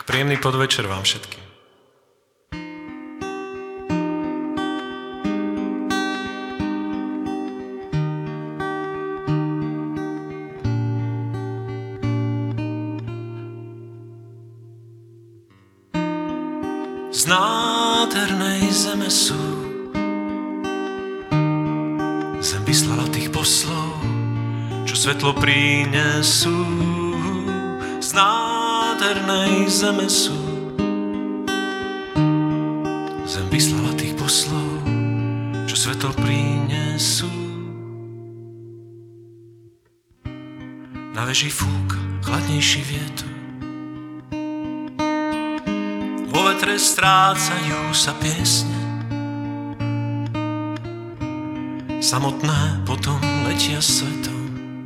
Príjemný podvečer vám všetkým. Z nádhernej zeme sú, zem vyslala tých poslov, čo svetlo prinesú. Z nádhernej zeme sú, zem vyslala tých poslov, čo svetlo prinesú. Na veži fúka chladnejší vietor, vo vetre strácajú sa piesne, samotné potom letia svetom.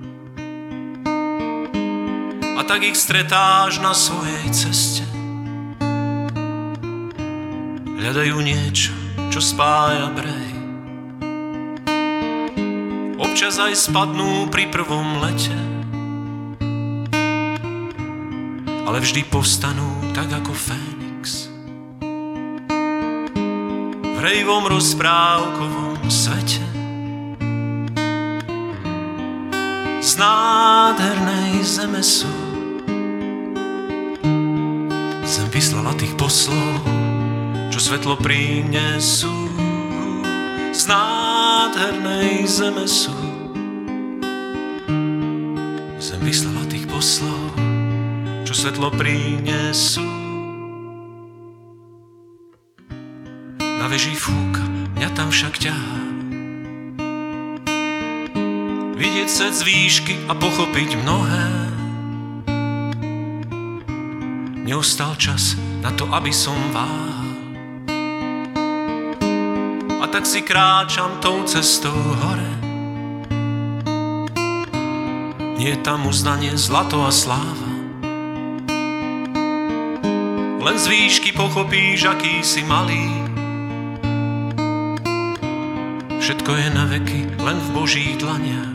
A tak ich stretáš na svojej ceste. Hľadajú niečo, čo spája breh. Občas aj spadnú pri prvom lete, ale vždy povstanú tak ako Fénix. V hrejivom rozprávkovom svete z nádhernej zeme sú, zem vyslala tých poslov, čo svetlo prinesú. Z nádhernej zeme sú, zem vyslala tých poslov, čo svetlo prinesú. Na veži fúka, mňa tam však ťahá vidieť svet z výšky a pochopiť mnohé. Neostal čas na to, aby som váhal, a tak si kráčam tou cestou hore. Nie je tam uznanie, zlato a sláva, len z výšky pochopíš, aký si malý. Všetko je na veky, len v Božích dlaniach.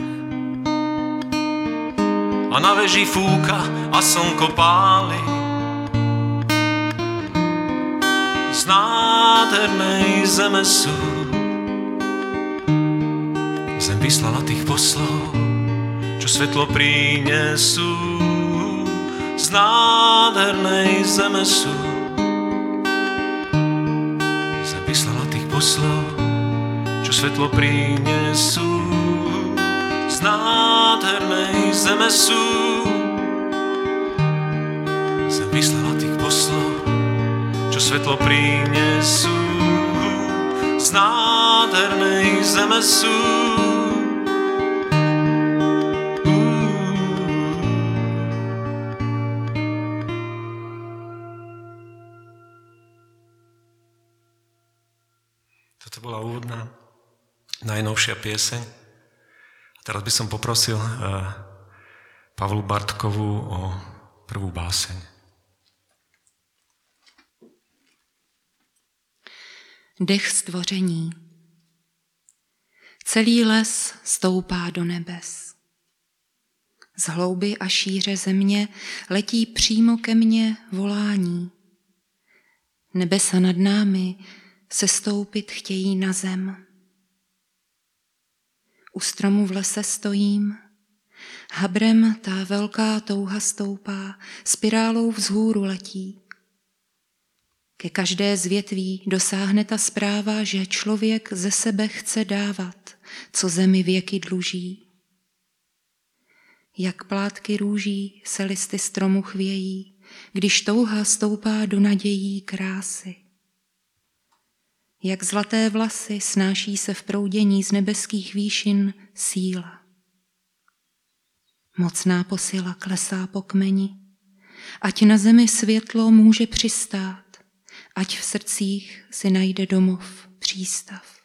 A na veži fúka a slnko páli. Z nádhernej zeme sú, zem vyslala tých poslov, čo svetlo prinesú. Z nádhernej zeme sú, zem vyslala tých poslov, čo svetlo prinesú. Z nádhernej zeme sú, zem vyslala tých poslov, čo svetlo prinesú. Z nádhernej zeme sú. Toto bola úvodná najnovšia pieseň. Teraz by som poprosil Pavlu Bartkovú o prvú báseň. Dech stvoření. Celý les stoupá do nebes. Z hlouby a šíře země letí přímo ke mně volání. Nebesa nad námi sestoupit chtějí na zem. U stromu v lese stojím, habrem ta velká touha stoupá, spirálou vzhůru letí. Ke každé z větví dosáhne ta zpráva, že člověk ze sebe chce dávat, co zemi věky dluží. Jak plátky růží se listy stromu chvějí, když touha stoupá do nadějí krásy. Jak zlaté vlasy snáší se v proudění z nebeských výšin síla. Mocná posila klesá po kmeni, ať na zemi světlo může přistát, ať v srdcích si najde domov přístav.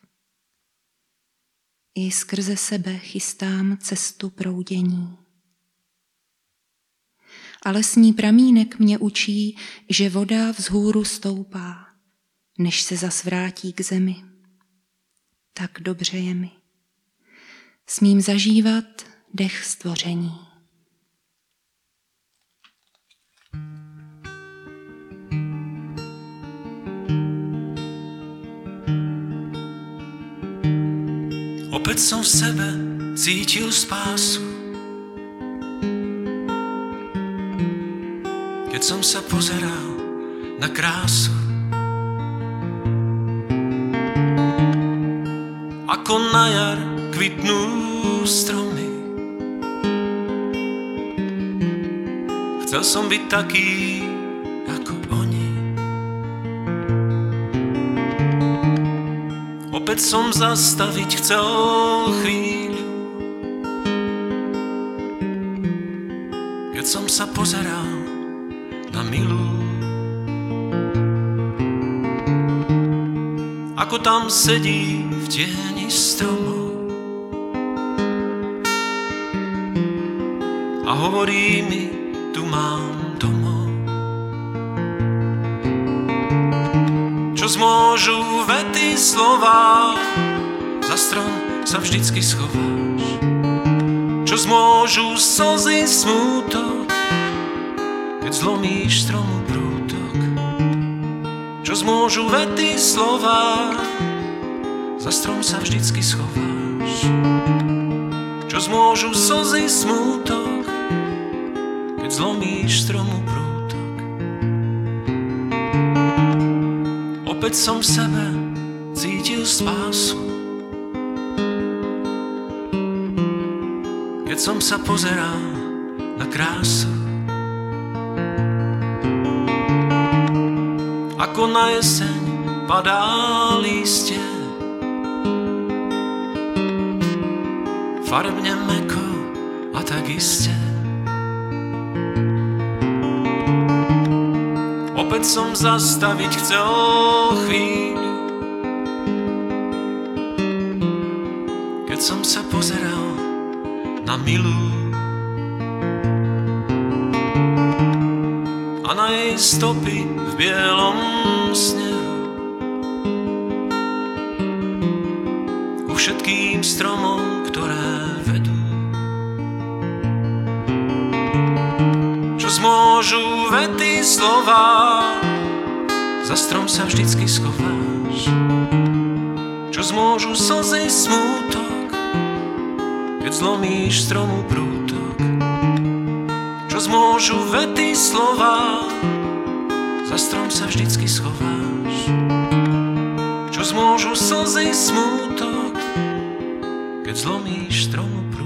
I skrze sebe chystám cestu proudění. A lesní pramínek mě učí, že voda vzhůru stoupá, než se zas vrátí k zemi. Tak dobře je mi. Smím zažívat dech stvoření. Opäť som v sebe cítil spásu. Keď som sa pozeral na krásu, ako na jar kvitnú stromy. Chcel som byť taký ako oni. Opäť som zastaviť chcel chvíľu, keď som sa pozeral na milú. Ako tam sedí v tieni stromov a hovorí mi, tu mám domov. Čo zmôžu vety slova, za strom sa vždycky schováš. Čo zmôžu slzy smútok, keď zlomíš stromu prútok. Čo zmôžu vety slova, za strom sa vždycky schováš. Čo zmôžu slzy smútok, keď zlomíš stromu prútok. Opäť som v sebe cítil spásu, keď som sa pozeral na krásu. Ako na jeseň padá lístie, farebne mäkko a tak iste. Opäť som zastaviť chcel chvíľu, keď som sa pozeral na milú a na jej stopy v bielom snehu. Ku všetkým stromom, ktoré vedú. Čo zmôžu vety slova, za strom sa vždycky schováš. Čo zmôžu slzy smútok, keď zlomíš stromu prútok. Čo zmôžu vety slova, za strom sa vždycky schováš. Čo zmôžu slzy smútok, keď zlomíš stromu prútok.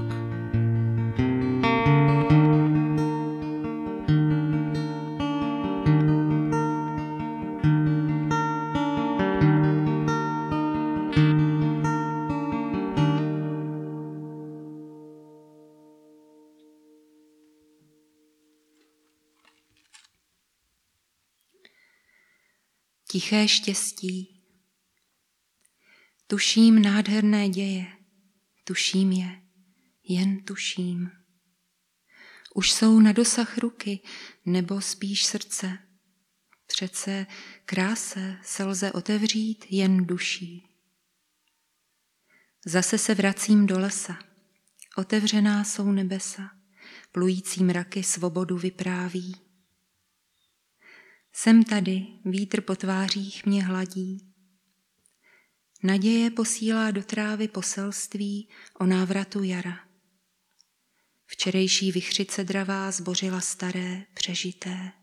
Tiché štěstí. Tuším nádherné děje, tuším je, jen tuším. Už jsou na dosah ruky, nebo spíš srdce. Přece kráse se lze otevřít jen duší. Zase se vracím do lesa, otevřená jsou nebesa, plující mraky svobodu vypráví. Jsem tady, vítr po tvářích mě hladí. Naděje posílá do trávy poselství o návratu jara. Včerejší vichřice dravá zbořila staré, přežité.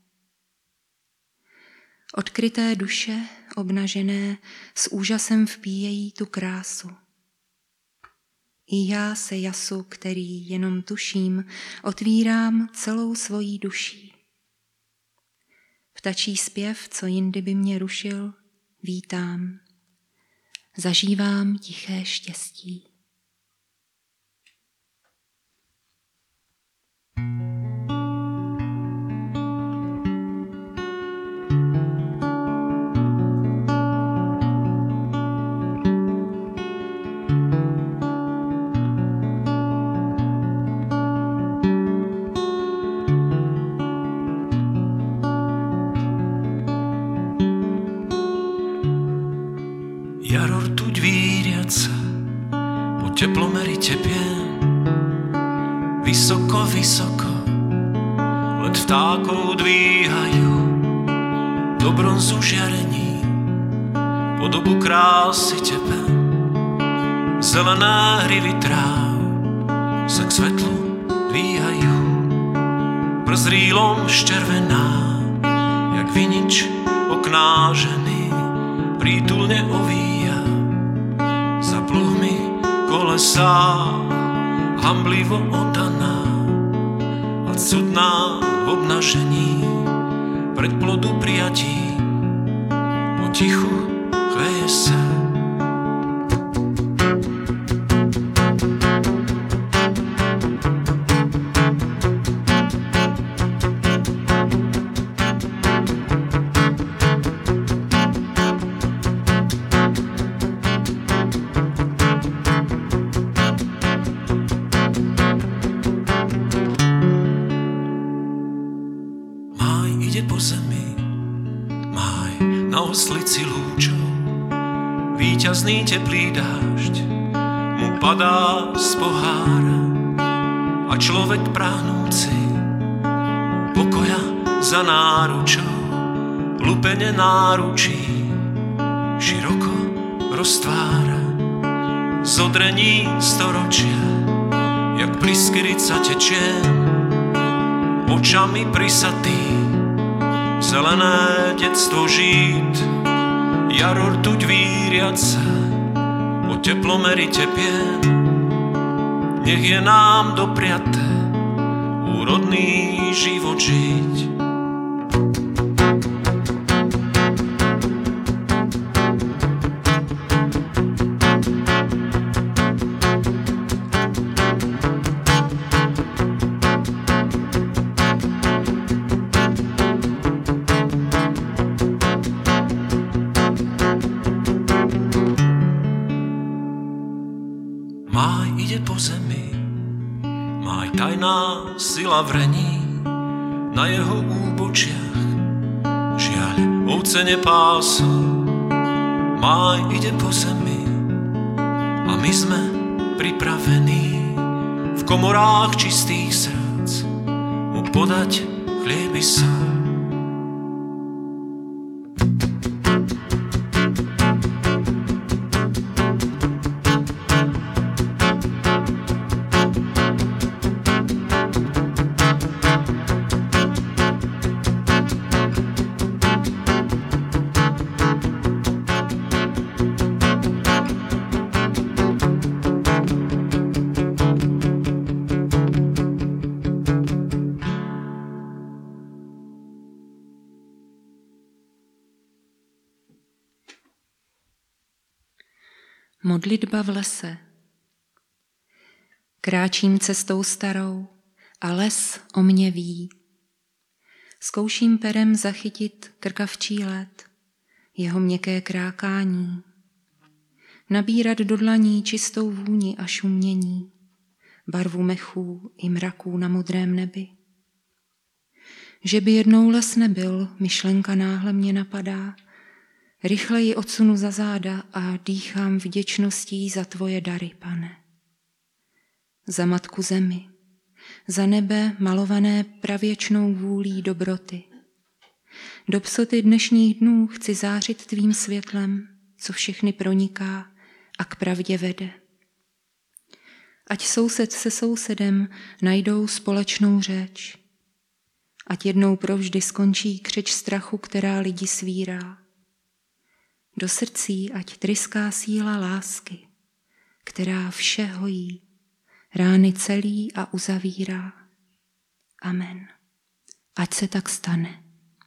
Odkryté duše, obnažené, s úžasem vpíjejí tu krásu. I já se jasu, který jenom tuším, otvírám celou svojí duší. Ptačí zpěv, co jindy by mě rušil, vítám. Zažívám tiché štěstí. Jaro rtuť víriaca, po teplomery tepien, vysoko, vysoko, let vtákov dvíhajú do bronzu žiarení, podobu krásy tepen, Zelené hrivy tráv se k svetlu dvíhajú, przrýlom ščervená, jak vinič okná ženy, prítulne ovíja za pluhmi kolesá, hamblivo oddaná a cudná v obnažení pred plodu prijatí potichu chveje sa. Po zemi, máj na oslici lúčov, víťazný teplý dážď mu padá z pohára a človek práhnúci pokoja za náručou lupene náručí široko roztvára zodrení storočia, jak pryskyrica tečie očami prisatý. Zelené detstvo žít, jaro rtuť víriaca, po teplomeri tepien, nech je nám dopriaté úrodný život žiť. Máj ide po zemi, máj tajná sila vrení na jeho úbočiach, žiaľ ovce nepású. Máj ide po zemi a my sme pripravení v komorách čistých srdc mu podať chlieb i sol. Modlitba v lese. Kráčím cestou starou a les o mě ví. Zkouším perem zachytit krkavčí led, jeho měkké krákání. Nabírat do dlaní čistou vůni a šumění, barvu mechů i mraků na modrém nebi. Že by jednou les nebyl, myšlenka náhle mě napadá. Rychle ji odsunu za záda a dýchám vděčností za tvoje dary, Pane. Za matku zemi, za nebe malované pravěčnou vůlí dobroty. Do psoty dnešních dnů chci zářit tvým světlem, co všechny proniká a k pravdě vede. Ať soused se sousedem najdou společnou řeč. Ať jednou provždy skončí křeč strachu, která lidi svírá. Do srdcí ať tryská síla lásky, která vše hojí, rány celý a uzavírá. Amen. Ať se tak stane.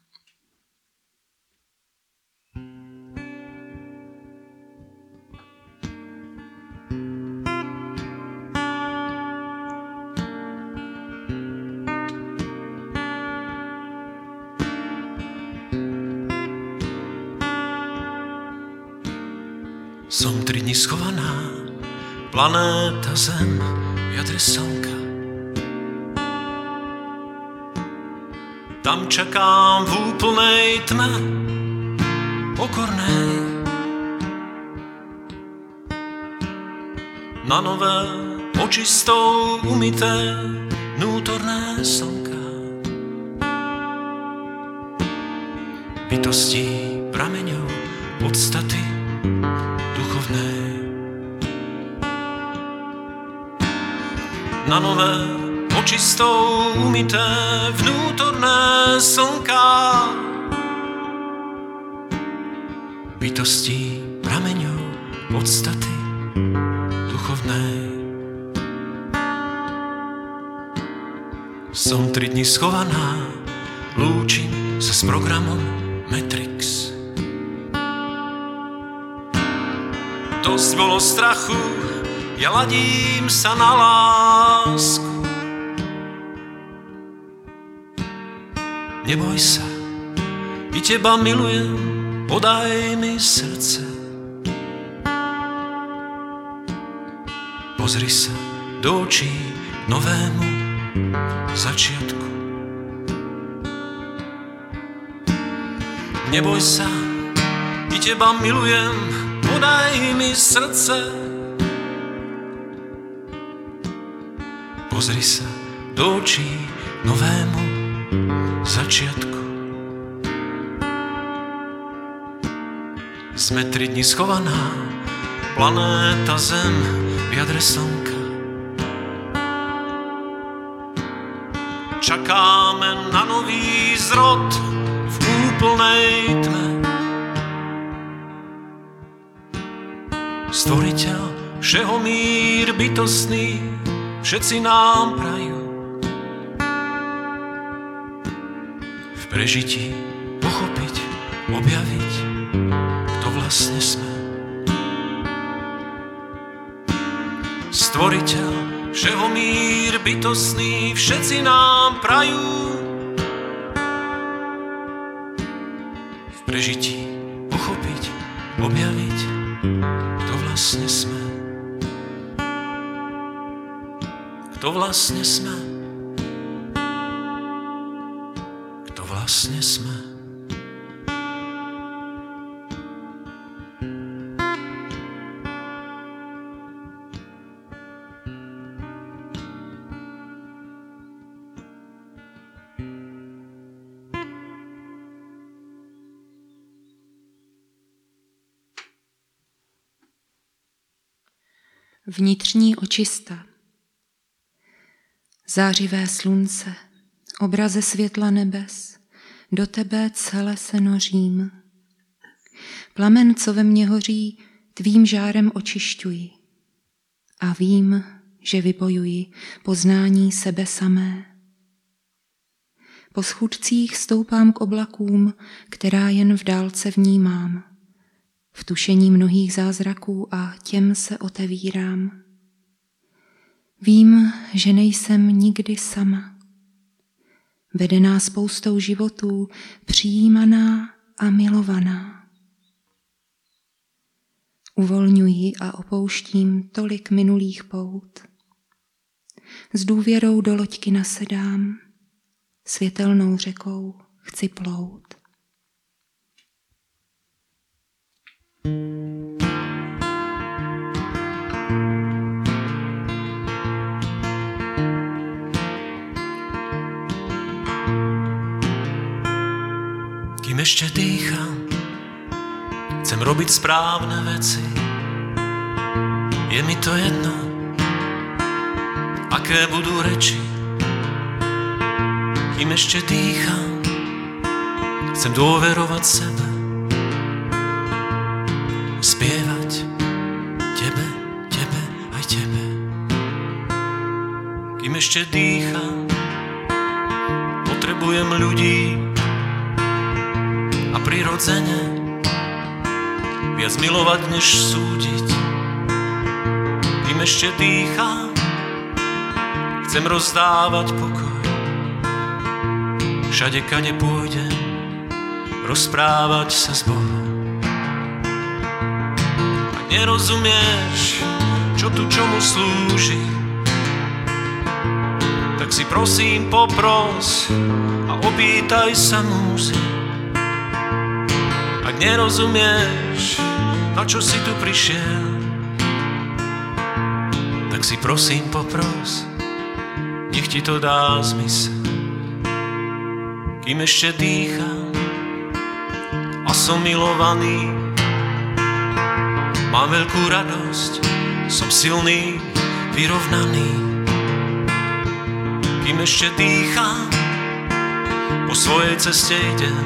Som 3 dni schovaná, planéta Zem v jadre slnka. Tam čakám v úplnej tme, pokornej, na nové, očistou umyté vnútorné slnka. Bytostí prameňov podstaty duchovnej. na nové, očistou umyté vnútorné slnká. Bytostí prameňou podstaty duchovnej. Som 3 dni schovaná, lúčim sa s programom Matrix. Dosť bolo strachu, ja ladím sa na lásku. Neboj sa, i teba milujem, podaj mi srdce. Pozri sa do očí novému začiatku. Neboj sa, i teba milujem, podaj mi srdce. Pozri sa do očí novému začiatku. Sme 3 dni schovaná, planéta Zem v jadre slnka. Čakáme na nový zrod v úplnej tme. Stvoriteľ všeho mír bytostný, všetci nám prajú. V prežití pochopiť, objaviť, kto vlastne sme. Stvoriteľ všeho mír bytostný, všetci nám prajú. V prežití pochopiť, objaviť, kto vlastne sme. Kto vlastne sme? Kto vlastne sme? Vnitřní očista. Zářivé slunce, obraze světla nebes, do tebe celé se nořím. Plamen, co ve mně hoří, tvým žárem očišťuji. A vím, že vybojuji poznání sebe samé. Po schůdcích stoupám k oblakům, která jen v dálce vnímám. V tušení mnohých zázraků a těm se otevírám. Vím, že nejsem nikdy sama. Vedená spoustou životů, přijímaná a milovaná. Uvolňuji a opouštím tolik minulých pout. S důvěrou do loďky nasedám, světelnou řekou chci plout. Kým ešte dýcham, chcem robiť správne veci. Je mi to jedno, aké budú reči. Kým ešte dýcham, chcem dôverovať sebe. Spievať tebe, tebe, aj tebe. Kým ešte dýcham, potrebujem ľudí a prirodzene viac milovať, než súdiť. Kým ešte dýcham, chcem rozdávať pokoj. Všade, kade pôjdem, rozprávať sa s Bohom. Ak nerozumieš, čo tu čomu slúži, tak si prosím popros a opýtaj sa múzy. Ak nerozumieš, na čo si tu prišiel, tak si prosím popros, nech ti to dá zmysel. Kým ešte dýcham a som milovaný, mám veľkú radosť, som silný, vyrovnaný. kým ešte dýcham, po svojej ceste idem.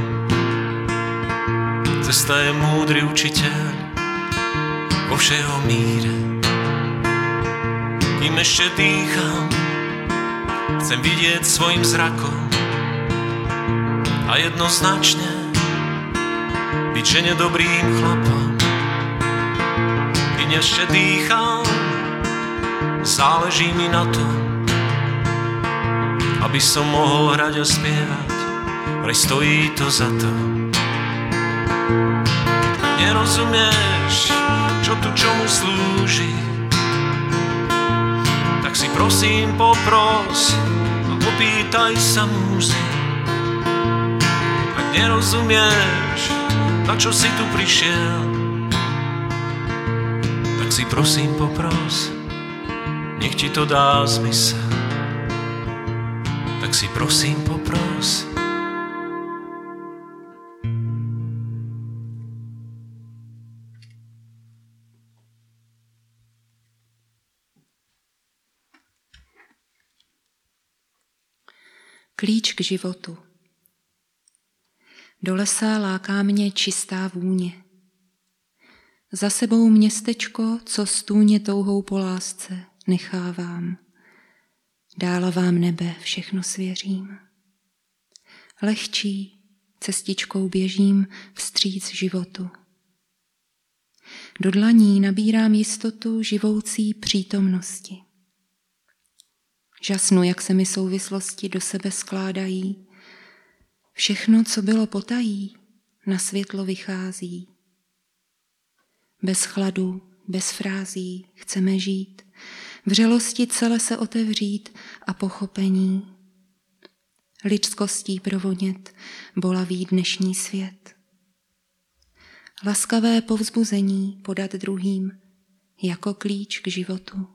Cesta je múdry učiteľ vo všeho míre. Kým ešte dýcham, chcem vidieť svojim zrakom a jednoznačne byť žene dobrým chlapom. Kým ešte dýcham, záleží mi na tom, aby som mohol hrať a spievať, vraj stojí to za to. Nerozumieš, čo tu čomu slúži, tak si prosím popros a popýtaj sa múzy. Ak nerozumieš, na čo si tu prišiel, tak si prosím popros, nech ti to dá zmysel. Tak si prosím popros. Klíč k životu. Do lesa láká mě čistá vůně. Za sebou městečko, co stůně touhou po lásce nechávám. Dála vám nebe všechno svěřím. Lehčí cestičkou běžím vstříc životu. Do dlaní nabírám jistotu živoucí přítomnosti. Žasnu, jak se mi souvislosti do sebe skládají. Všechno, co bylo potají, na světlo vychází. Bez chladu, bez frází chceme žít, vřelosti celé se otevřít a pochopení. Lidskostí provonět bolavý dnešní svět. Laskavé povzbuzení podat druhým jako klíč k životu.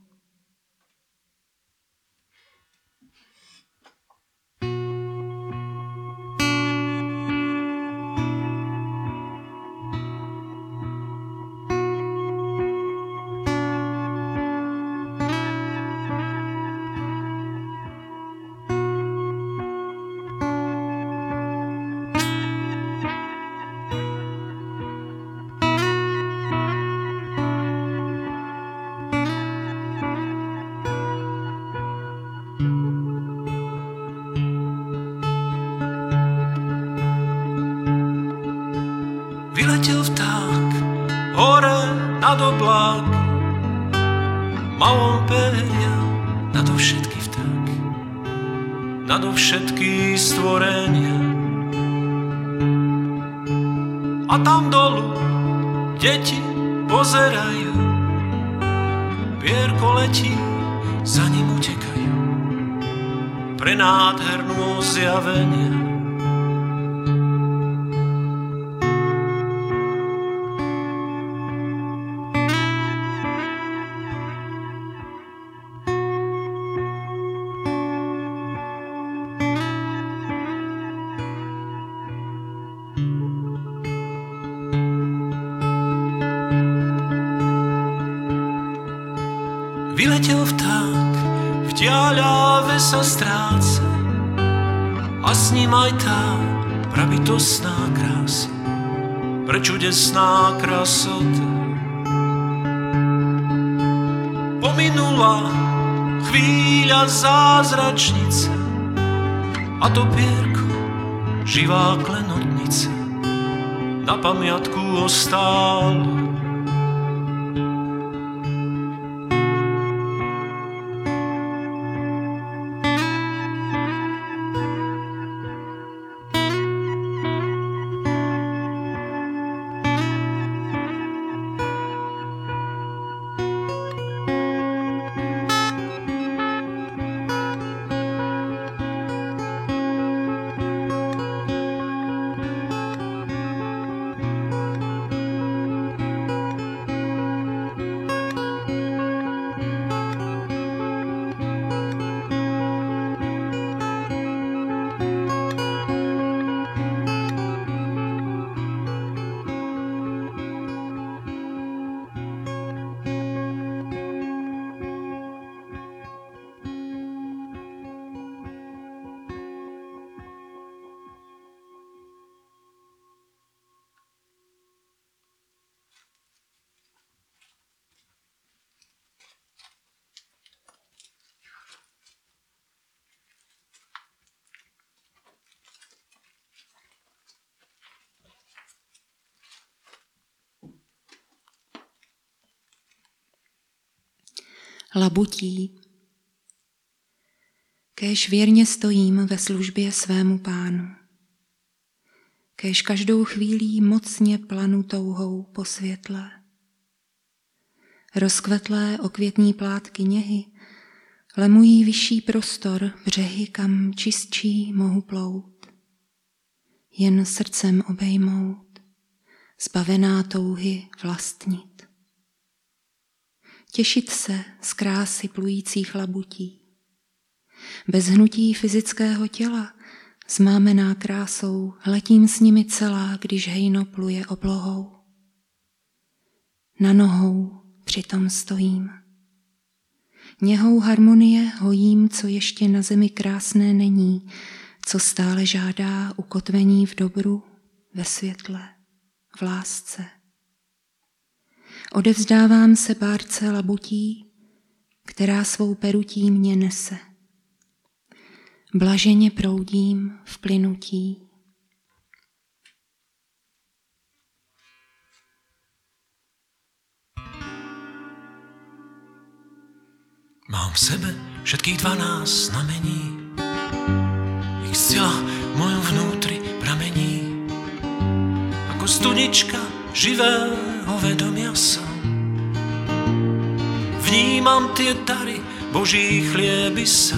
Vyletěl vták hore nad oblák, malom peria nado všetky vtáky, nado všetky stvorenia. A tam dolu deti pozerajú, pierko letí, za ním utekajú, pre nádhernú zjavenia. Vyletěl vták, v diaľave sa stráca a s ním aj tá prabytostná krása, prečudesná krasota. Pominula chvíľa zázračnica a to pierko, živá klenotnica, na pamiatku ostálo. labutí. Kéž věrně stojím ve službě svému Pánu. Kéž každou chvílí mocně planu touhou po světle. Rozkvetlé okvětní plátky něhy lemují vyšší prostor, břehy, kam čistší mohu plout. Jen srdcem obejmout, zbavená touhy vlastnit. Těšit se z krásy plujících labutí. Bez hnutí fyzického těla, zmámená krásou, letím s nimi celá, když hejno pluje oblohou. Na nohou přitom stojím. Něhou harmonie hojím, co ještě na zemi krásné není, co stále žádá ukotvení v dobru, ve světle, v lásce. Odevzdávám se bárce labutí, která svou perutí mě nese. Blaženě proudím v plynutí. Mám v sebe všetkých 12 znamení, ich sila v mojom vnútri pramení. Ako studnička živého vedomia som. Vnímam tie dary, Boží chlieby sa.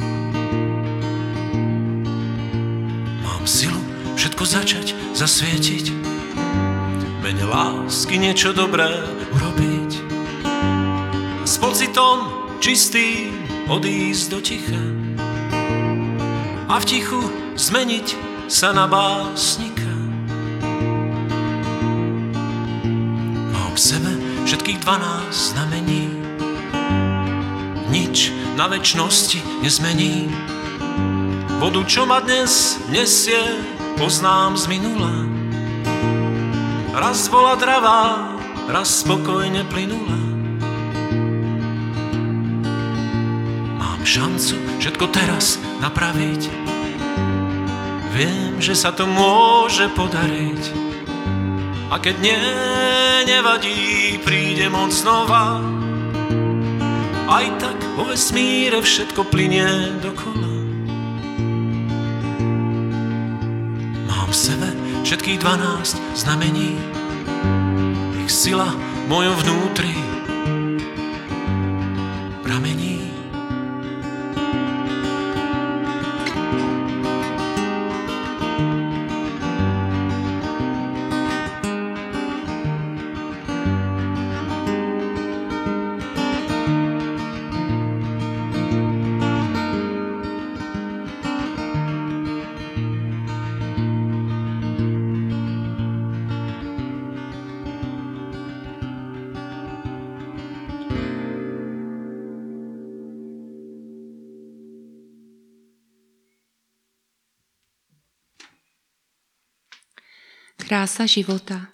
Mám silu všetko začať, zasvietiť, mene lásky niečo dobré urobiť. A s pocitom čistým odísť do ticha a v tichu zmeniť sa na básnika. Mám v sebe všetkých 12 znamení, nič na večnosti nezmení. Vodu, čo ma dnes nesie, poznám z minula. Raz bola dravá, raz spokojne plynula. Šancu všetko teraz napraviť. Viem, že sa to môže podariť. A keď nie, nevadí, príde moc znova. Aj tak vo vesmíre všetko plynie dokola. Mám v sebe všetkých 12 znamení, ich sila v mojom vnútri pramení. Krása života.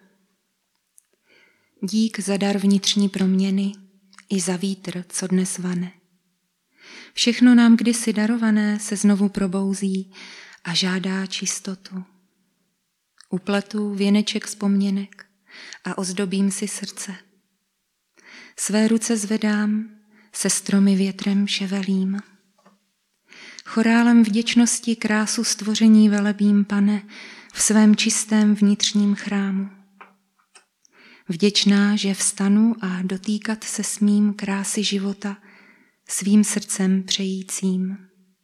Dík za dar vnitřní proměny i za vítr, co dnes vane. Všechno nám kdysi darované se znovu probouzí a žádá čistotu. Upletu věneček vzpomněnek a ozdobím si srdce. Své ruce zvedám, se stromy větrem ševelím. Chorálem vděčnosti krásu stvoření velebím, Pane, v svém čistém vnitřním chrámu. Vděčná, že vstanu a dotýkat se smím krásy života svým srdcem přejícím.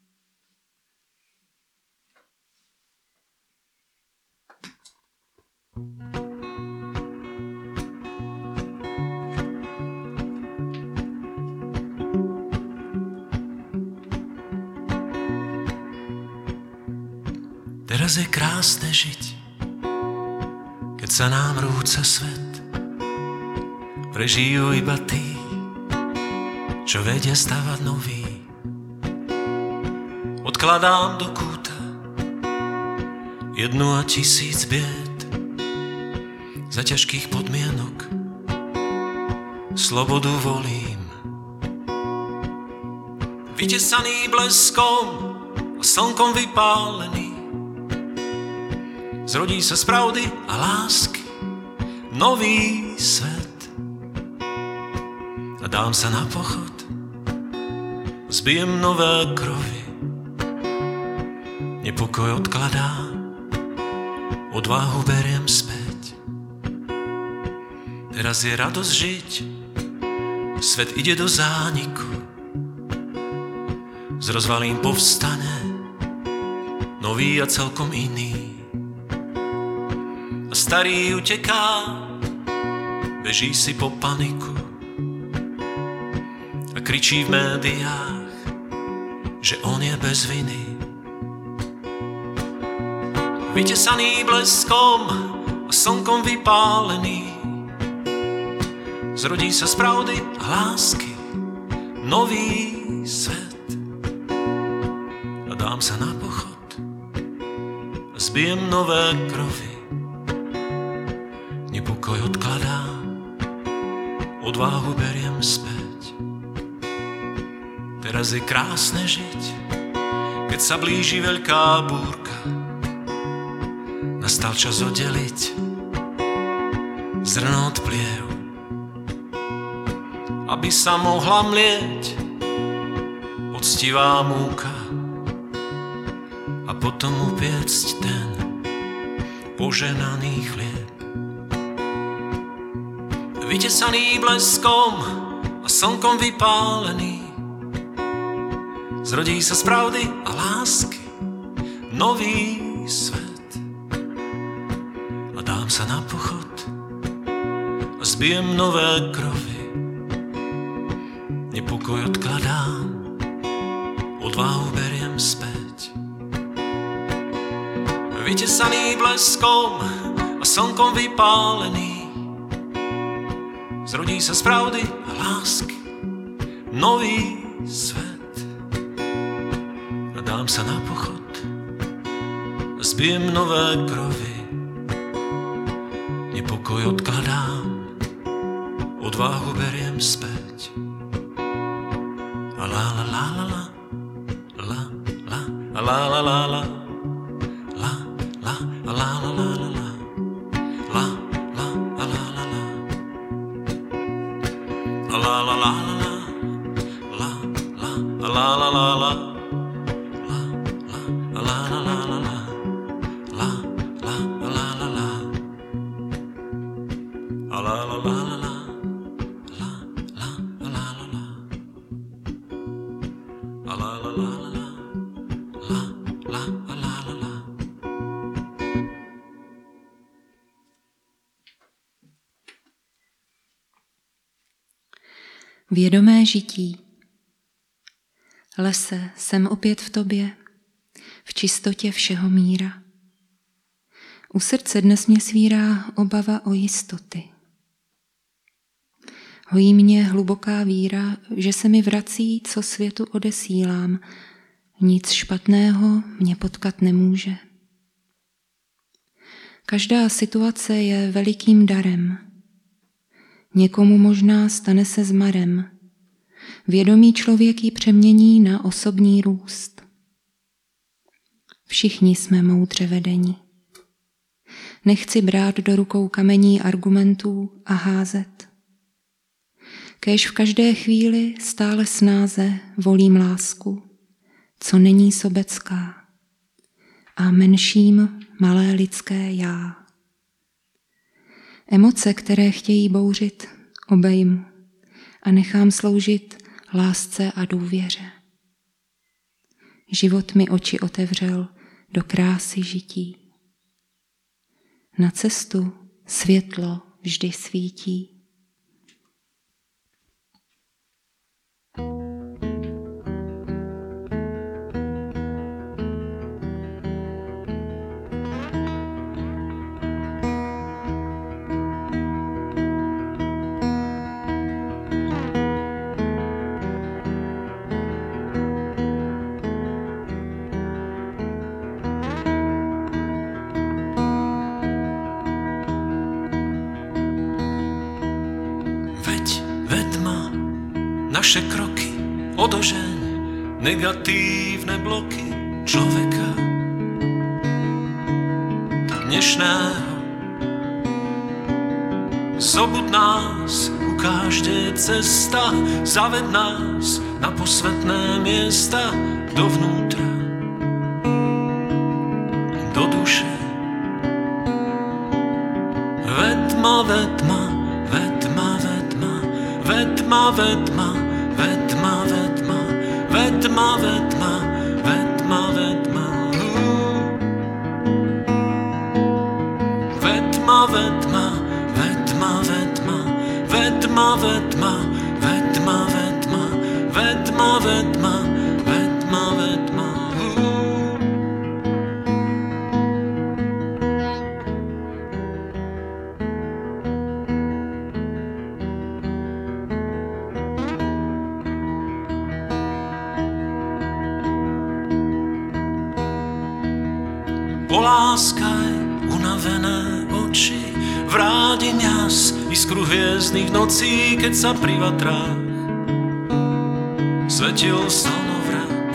Teraz je krásne žiť, keď sa nám rúca svet. Prežijú iba tí, čo vedia stavať nový. Odkladám do kúta 1 a 1000 bied. Za ťažkých podmienok slobodu volím. Vytesaný bleskom a slnkom vypálený, zrodí sa z pravdy a lásky nový svet. A dám sa na pochod zbijem nové krovy. Nepokoj odkladá, odvahu beriem späť. Teraz je radosť žiť, svet ide do zániku. Z rozvalín povstane nový a celkom iný. A starý uteká, beží si po paniku a kričí v médiách, že on je bez viny. Vytesaný bleskom a slnkom vypálený, zrodí sa z pravdy a lásky nový svet. A dám sa na pochod a zbijem nové krovy. Nepokoj odkladá, odvahu beriem späť. Teraz je krásne žiť, keď sa blíži veľká búrka. Nastal čas oddeliť zrno od pliev, aby sa mohla mlieť poctivá múka a potom upiecť ten poženaný chlieb. Vytesaný bleskom a slnkom vypálený, zrodí sa z pravdy a lásky nový svet. A dám sa na pochod a zbijem nové krovy. Nepokoj odkladám, odvahu beriem späť. Vytesaný bleskom a slnkom vypálený, zrodí sa z pravdy a lásky nový svet. A dám sa na pochod a zbijem nové krovy. Nepokoj odkladám, odvahu beriem späť. A la la la la la, la la la la la la la, la la la la la la la, la la la la la la, la la la la la, la la la la la la, la la la la la la la, la la la la la, la la la la la la. Vědomé žití. Lese, jsem opět v tobě, v čistotě všeho míra. U srdce dnes mě svírá obava o jistoty. Hojí mě hluboká víra, že se mi vrací, co světu odesílám. Nic špatného mě potkat nemůže. Každá situace je velikým darem. Někomu možná stane se zmarem. Vědomý člověk ji přemění na osobní růst. Všichni jsme moudře vedeni. Nechci brát do rukou kamení argumentů a házet. Kéž v každé chvíli stále snáze volím lásku, co není sobecká, a menším malé lidské já. Emoce, které chtějí bouřit, obejmu a nechám sloužit lásce a důvěře. Život mi oči otevřel do krásy žití. Na cestu světlo vždy svítí. Naše kroky odožeň negatívne bloky človeka dnešného. Zobud nás ukáž, kde je cesta, zaved nás na posvetné miesta, dovnútra, do duše. Ved ma, ved ma, ved ma, ved ma, ved ma, ved ma, ved ma, ved ma, ved ma, ved ma, ved ma, ved ma. Ved ma, ved ma, ved ma, ved ma, ved ma, ved ma, ved ma, ved ma, ved ma, ved ma, ved ma, ved ma. Poláskaj unavené oči, vráti ňas iskru hviezdnych nocí, keď sa pri vatrách svetil slnovrat.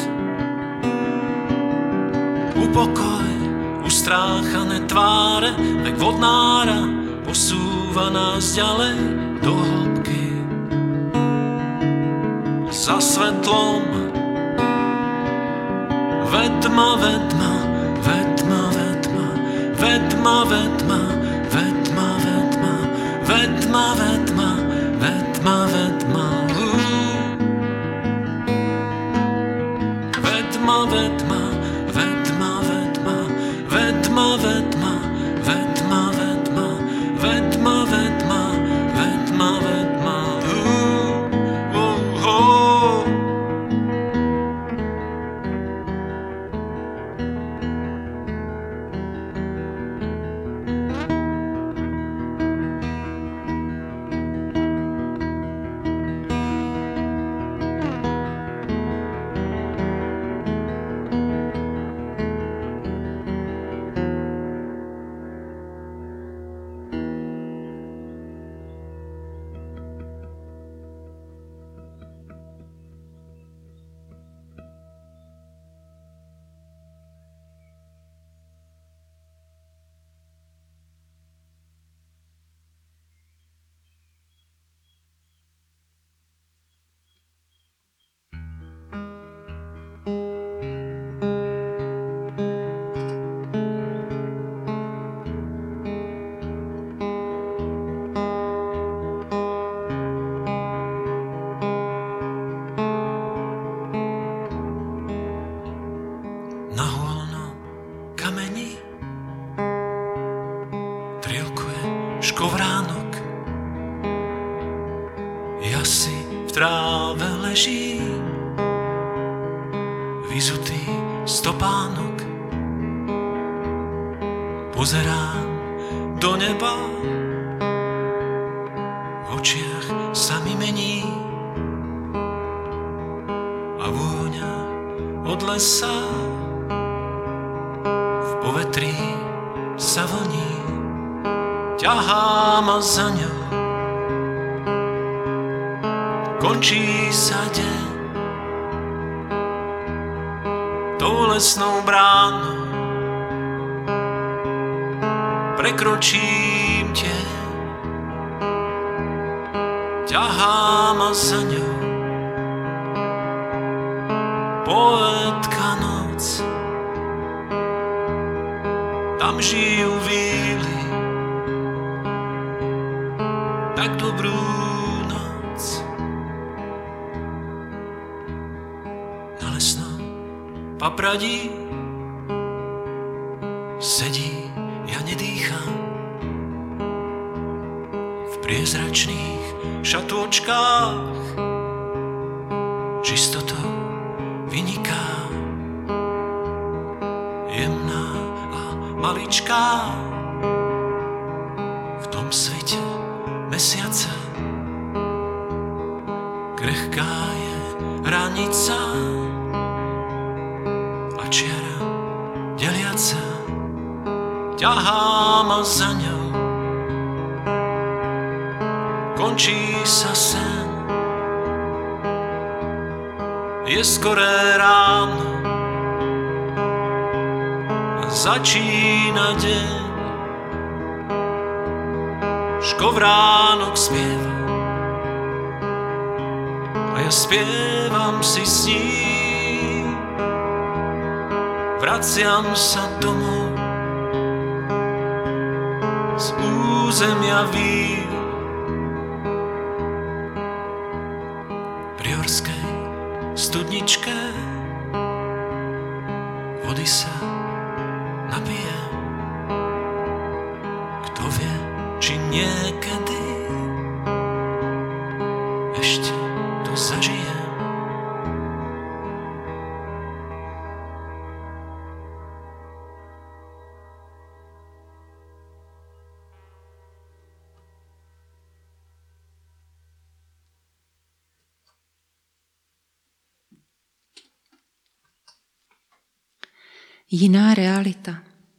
Upokoj ustráchané tváre, vek vodnára posúva nás ďalej do hĺbky. Za svetlom ved ma, ved ma, ved ma, ved ma, ved ma, ved ma, ved ma, ved ma, ved ma, ved ma, ved ma, ved ma. Ved ma, ved ma, ved ma, ved ma, ved ma, ved ma, ved ma, ved ma, ved ma, ved ma, ved ma, ved ma. Škovránok, ja si v tráve ležím, vyzutý stopánok, pozerám do neba, v očiach sa mi mení a vôňa od lesa v povetrí sa vlní. Ťahá ma za ňou, končí sa deň tou lesnou bránou, prekročím deň, ťahá ma za ňou, poetka noc, tam žijú víly. Tak dobrú noc. Na lesnom papradí sedí, ja nedýcham. V priezračných šatôčkách čistotou vyniká. Jemná a maličká v tom svete mesiaca, krehká je hranica a čiara deliaca, ťahá ma za ňou, končí sa sen, je skoré ráno a začína deň. Škovránok spieva ja spievam si s ním. Vraciam sa domov z územia vír. Pri horskej studničke vody sa napije. Kto vie, či niekedy ešte to zažijem. Jiná realita.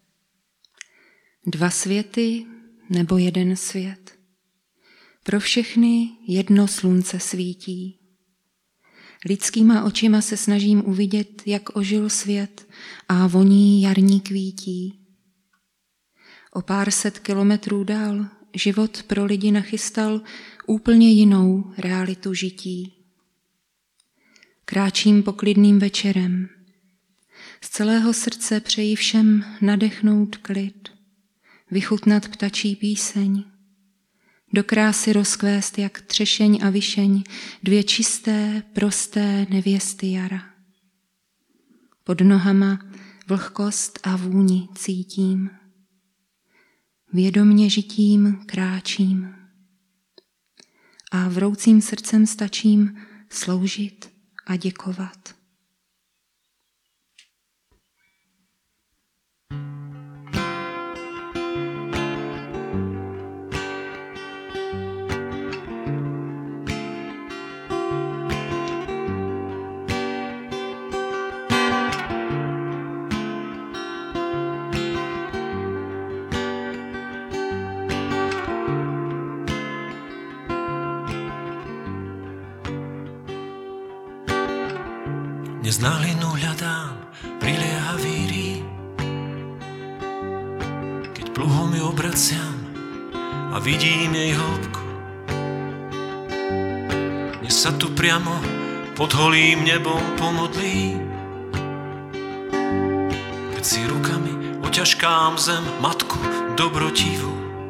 Dva světy nebo jeden svět. Pro všechny jedno slunce svítí. Lidskýma očima se snažím uvidět, jak ožil svět a voní jarní kvítí. O pár set kilometrů dál život pro lidi nachystal úplně jinou realitu žití. Kráčím poklidným večerem. Z celého srdce přeji všem nadechnout klid, vychutnat ptačí píseň, do krásy rozkvést jak třešeň a višeň, dvě čisté, prosté nevěsty jara. Pod nohama vlhkost a vůni cítím, vědomně žitím kráčím a vroucím srdcem stačím sloužit a děkovat. Neznalinu hľadám priliehavý rým, keď pluhom ju obraciam a vidím jej hĺbku. Dnes sa tu priamo pod holým nebom pomodlím, keď si rukami oťažkám zem, matku dobrotivú.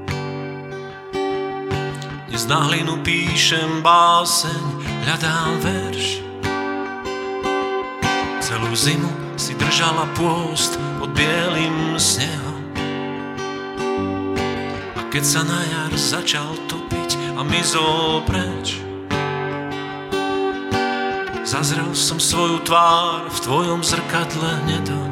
Dnes na hlinu píšem báseň, hľadám verš. Celú zimu si držala pôst pod bielým snehom. A keď sa na jar začal topiť a mizol preč, zazrel som svoju tvár v tvojom zrkadle hnedom.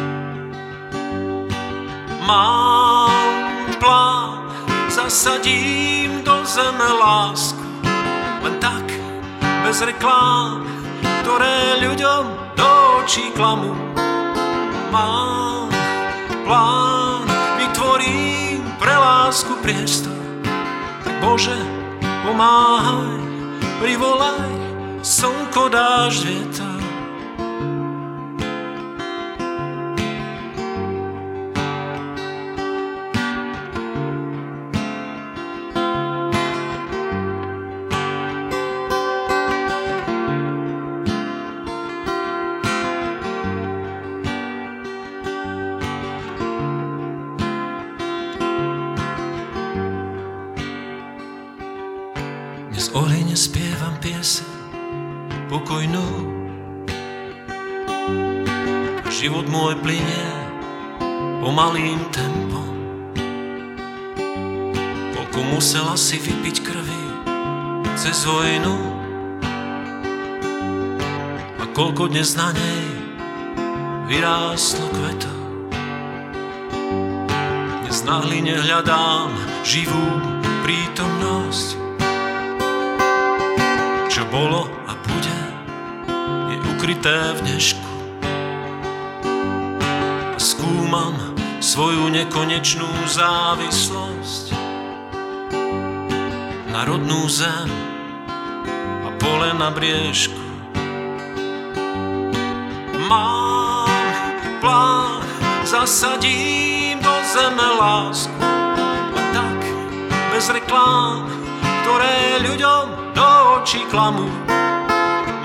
Mám plán, zasadím do zeme lásku, len tak, bez reklám, ktoré ľuďom do očí klamú. Mám plán, vytvorím pre lásku priestor. Tak Bože, pomáhaj, privolaj slnko, dážď, vietor. Z ohline spievam pieseň pokojnú. Život môj plynie pomalým tempom. Koľko musela si vypiť krvi cez vojnu a koľko dnes na nej vyrástlo kvetov. Dnes na hline hľadám živú prítomnosť. Čo bolo a bude, je ukryté v dnešku. A skúmam svoju nekonečnú závislosť na rodnú zem a pole na briežku. Mám plán, zasadím do zeme lásku, len tak, bez reklám, ktoré ľuďom do očí klamú.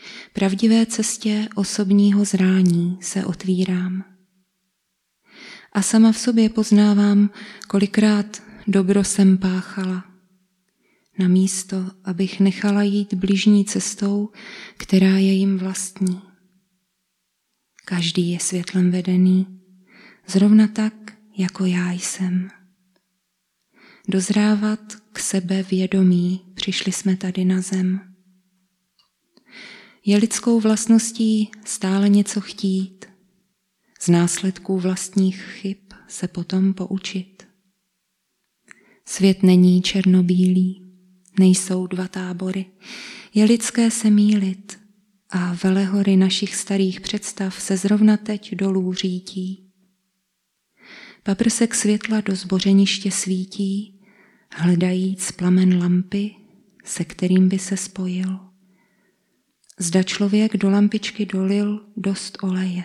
pravdivé cestě osobního zrání se otvírám. A sama v sobě poznávám, kolikrát dobro jsem páchala, namísto, abych nechala jít bližní cestou, která je jim vlastní. Každý je světlem vedený, zrovna tak, jako já jsem. Dozrávat k sebevědomí přišli jsme tady na zem. Je lidskou vlastností stále něco chtít, z následků vlastních chyb se potom poučit. Svět není černobílý, nejsou dva tábory, je lidské se mýlit a velehory našich starých představ se zrovna teď dolů řítí. Paprsek světla do zbořeniště svítí, hledajíc plamen lampy, se kterým by se spojil. Zda člověk do lampičky dolil dost oleje.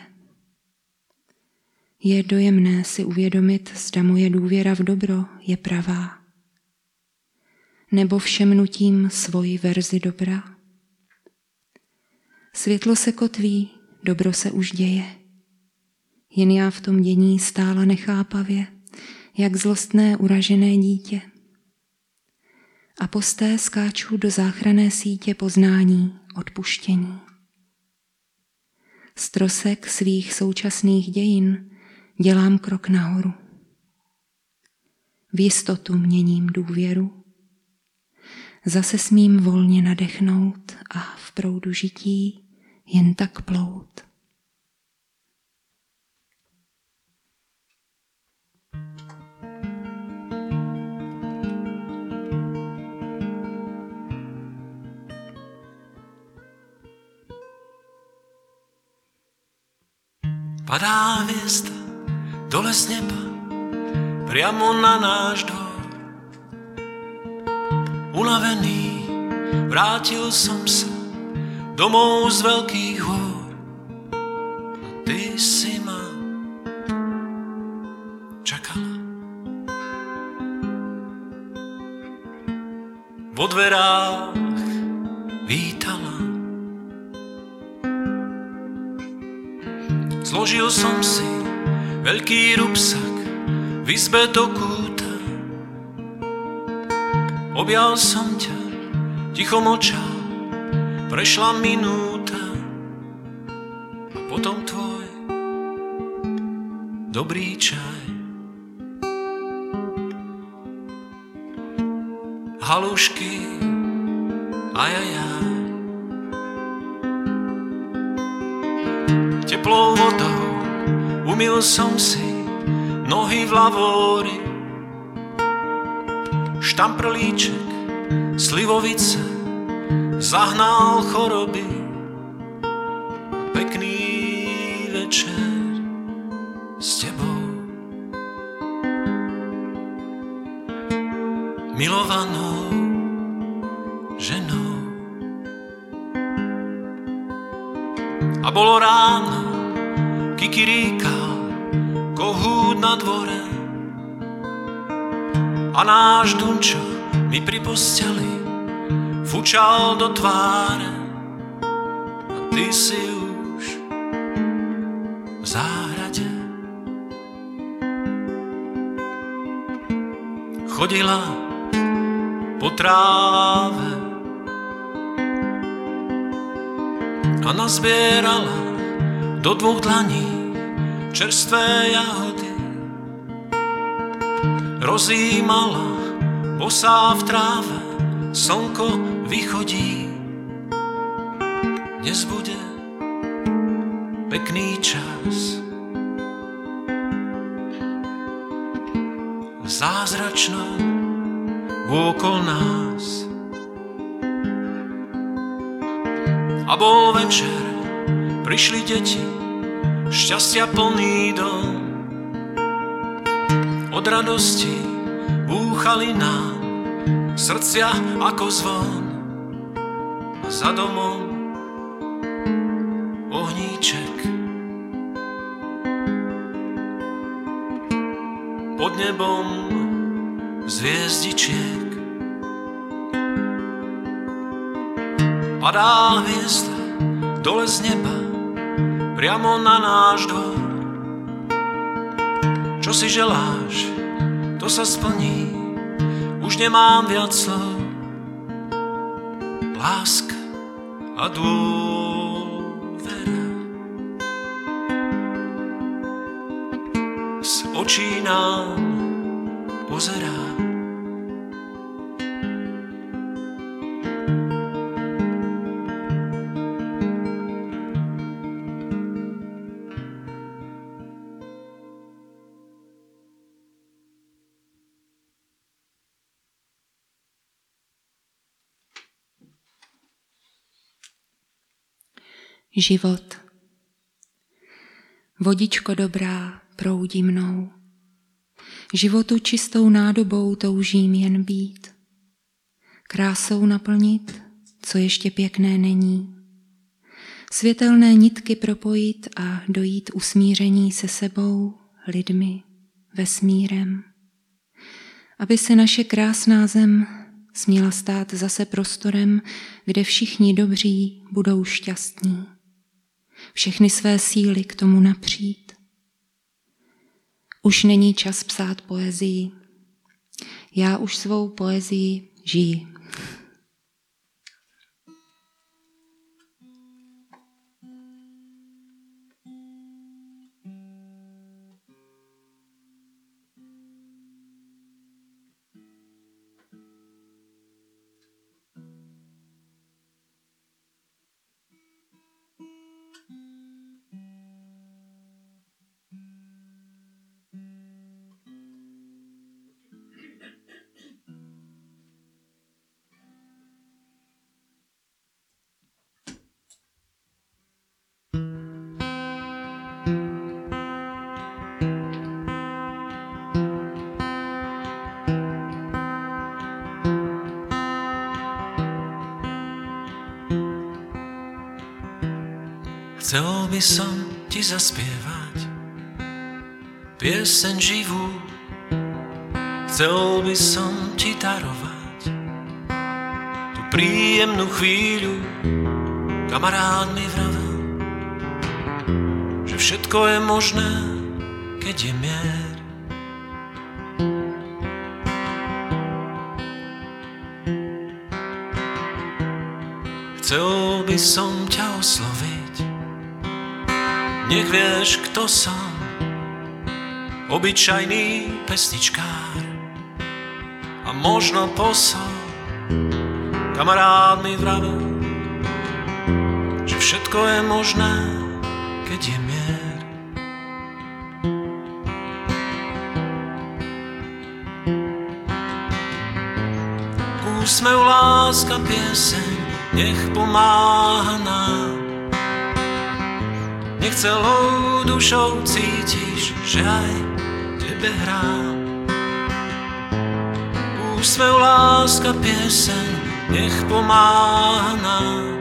Je dojemné si uvědomit, zda moje důvěra v dobro je pravá. Nebo všemnutím svoji verzi dobra. Světlo se kotví, dobro se už děje. Jen já v tom dění stála nechápavě, jak zlostné uražené dítě. A posté skáču do záchranné sítě poznání, odpuštění. Z trosek svých současných dějin dělám krok nahoru. V jistotu měním důvěru. Zase smím volně nadechnout a v proudu žití jen tak plout. Padá hvězda dole z neba, priamo na náš dvor. Unavený vrátil som sa domov z veľkých hôr. A ty si ma čakala. Vo dverách vítala. Zložil som si veľký rúbsak v izbe do kúta. Objal som ťa, ticho mlčal, prešla minúta. A potom tvoj dobrý čaj. Halušky, ajajaj. Teplou vodou umyl som si nohy v lavóri. Štamprlíček, slivovice, zahnal choroby. Pekný večer s tebou, milovanou ženou. A bolo ráno, kikiríkal kohút na dvore. A náš Dunčo mi pri posteli fučal do tváre. A ty si už v záhrade chodila po tráve a nazbierala do 2 dlaní čerstvé jahody. Rozjímala bosá v tráve, slnko vychodí. Dnes bude pekný čas. Zázračno vôkol nás. A bol večer, prišli deti, šťastia plný dom. Od radosti búchali nám srdcia ako zvon. A za domom ohníček. Pod nebom z hviezdičiek. Padá hviezda dole z neba, priamo na náš dvor. Čo si želáš, to sa splní, už nemám viac slov. Láska a dôvera z očí nám pozerá. Život. Vodičko dobrá, proudí mnou. Životu čistou nádobou toužím jen být. Krásou naplnit, co ještě pěkné není. Světelné nitky propojit a dojít usmíření se sebou, lidmi, vesmírem. Aby se naše krásná zem směla stát zase prostorem, kde všichni dobří budou šťastní. Všechny své síly k tomu napřít. Už není čas psát poezii. Já už svou poezii žiji. Chcel by som ti zaspievať pieseň živú, chcel by som ti darovať tú príjemnú chvíľu. Kamarád mi vravel, že všetko je možné, keď je mier. Chcel by som ťa osloviť, nech vieš, kto som, obyčajný pesničkár a možno posol. Kamarád mi vravel, že všetko je možné, keď je mier. Úsmev, láska, pieseň, nech pomáha nám. Nech celou dušou cítiš, že aj tebe hrám. Úsmev, láska, pieseň, nech pomáha nám.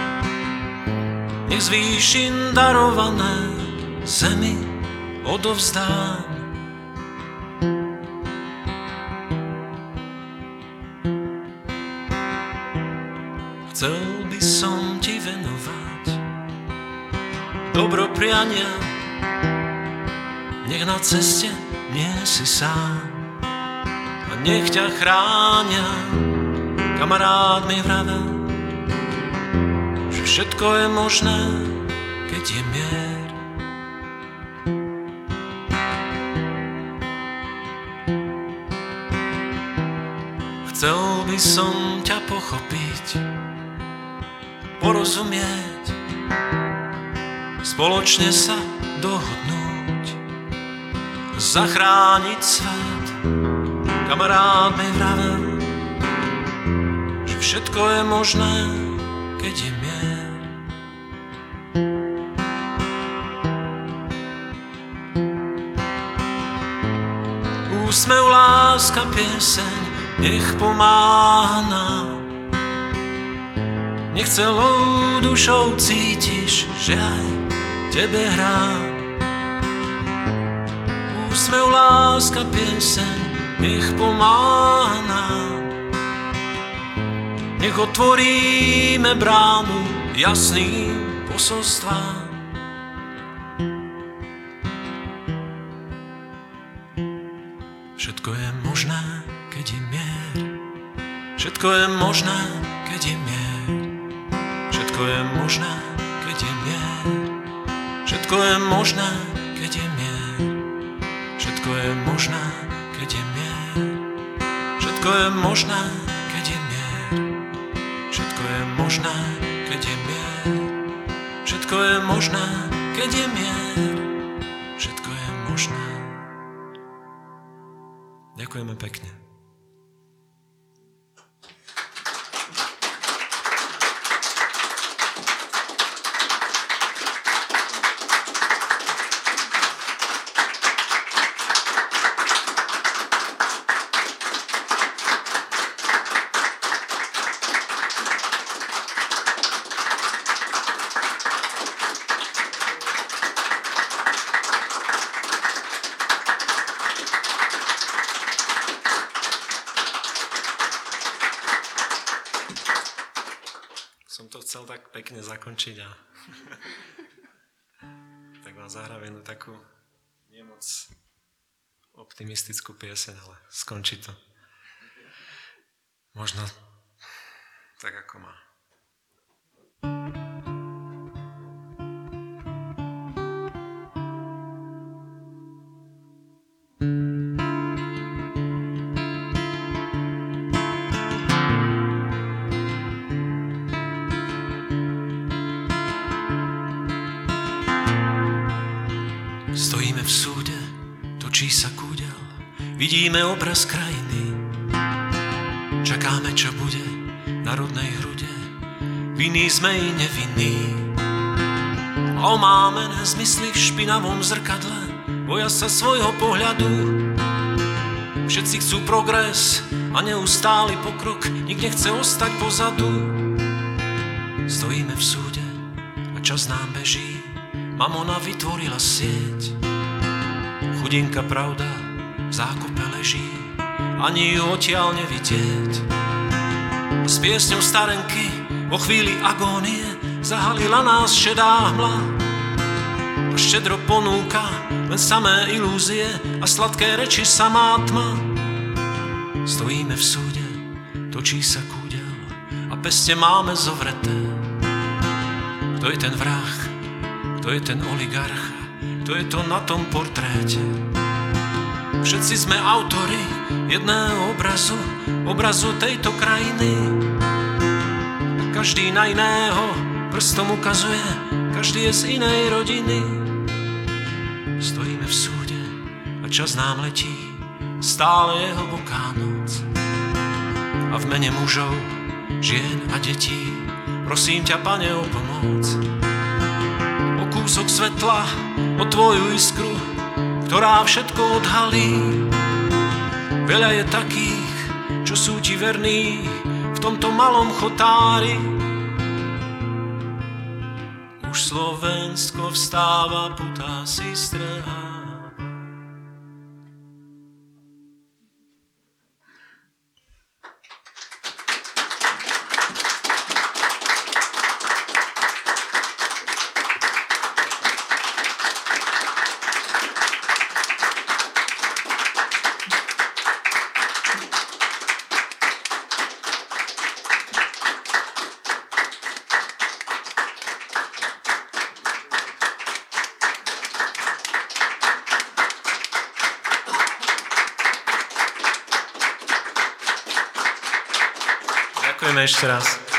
Nech zvýšin darované zemi odovzdám. Chcel by som ti venovať dobro priania, nech na ceste nie si sám a nech ťa chránia. Kamarád mi vravel, že všetko je možné, keď je mier. Chcel by som ťa pochopiť, porozumieť, spoločne sa dohodnúť, zachrániť svet. Kamarád mi vravel, že všetko je možné, keď je mier. Úsmev, láska, pieseň, nech pomáha nám. Nech celou dušou cítiš, že aj tebe hrám. Úsmev, láska, pieseň, nech pomáha nám. Nech otvoríme bránu jasným posolstvá. Všetko je možné, keď je mier. Všetko je možné, keď je mier. Všetko je možné, keď je mier. Všetko je možné, keď je mier. Všetko je možné, keď je mier. Všetko je možné, keď je mier. Všetko je možné, keď je mier. Všetko je možné, keď je mier. Všetko je možné. Ďakujeme pekne. Som to chcel tak pekne zakončiť a tak vám zahrám jednu takú nie moc optimistickú pieseň, ale skončí to možno tak, ako má. Stojíme v súde, točí sa kúdeľ, vidíme obraz krajiny. Čakáme, čo bude na rodnej hrude, vinní sme i nevinní. Omámené zmysly v špinavom zrkadle, boja sa svojho pohľadu. Všetci chcú progres a neustály pokrok, nik nechce ostať pozadu. Stojíme v súde a čas nám beží, mamona vytvorila sieť. Chudinka pravda v zákope leží, ani ju odtiaľ nevidieť. S piesňou starenky vo chvíli agónie zahalila nás šedá hmla. A štedro ponúka len samé ilúzie a sladké reči samá tma. Stojíme v súde, točí sa kúdeľ a peste máme zovreté. Kto je ten vrah? Kto je ten oligarcha? Kto je to na tom portréte? Všetci sme autori jedného obrazu, obrazu tejto krajiny. A každý na iného prstom ukazuje, každý je z inej rodiny. Stojíme v súde a čas nám letí, stále je hlboká noc. A v mene mužov, žien a detí prosím ťa, Pane, o pomoc. Kúsok svetla, o tvoju iskru, ktorá všetko odhalí. Veľa je takých, čo sú ti verní v tomto malom chotári. Už Slovensko vstáva, putá si strhá. Ďakujeme ešte raz.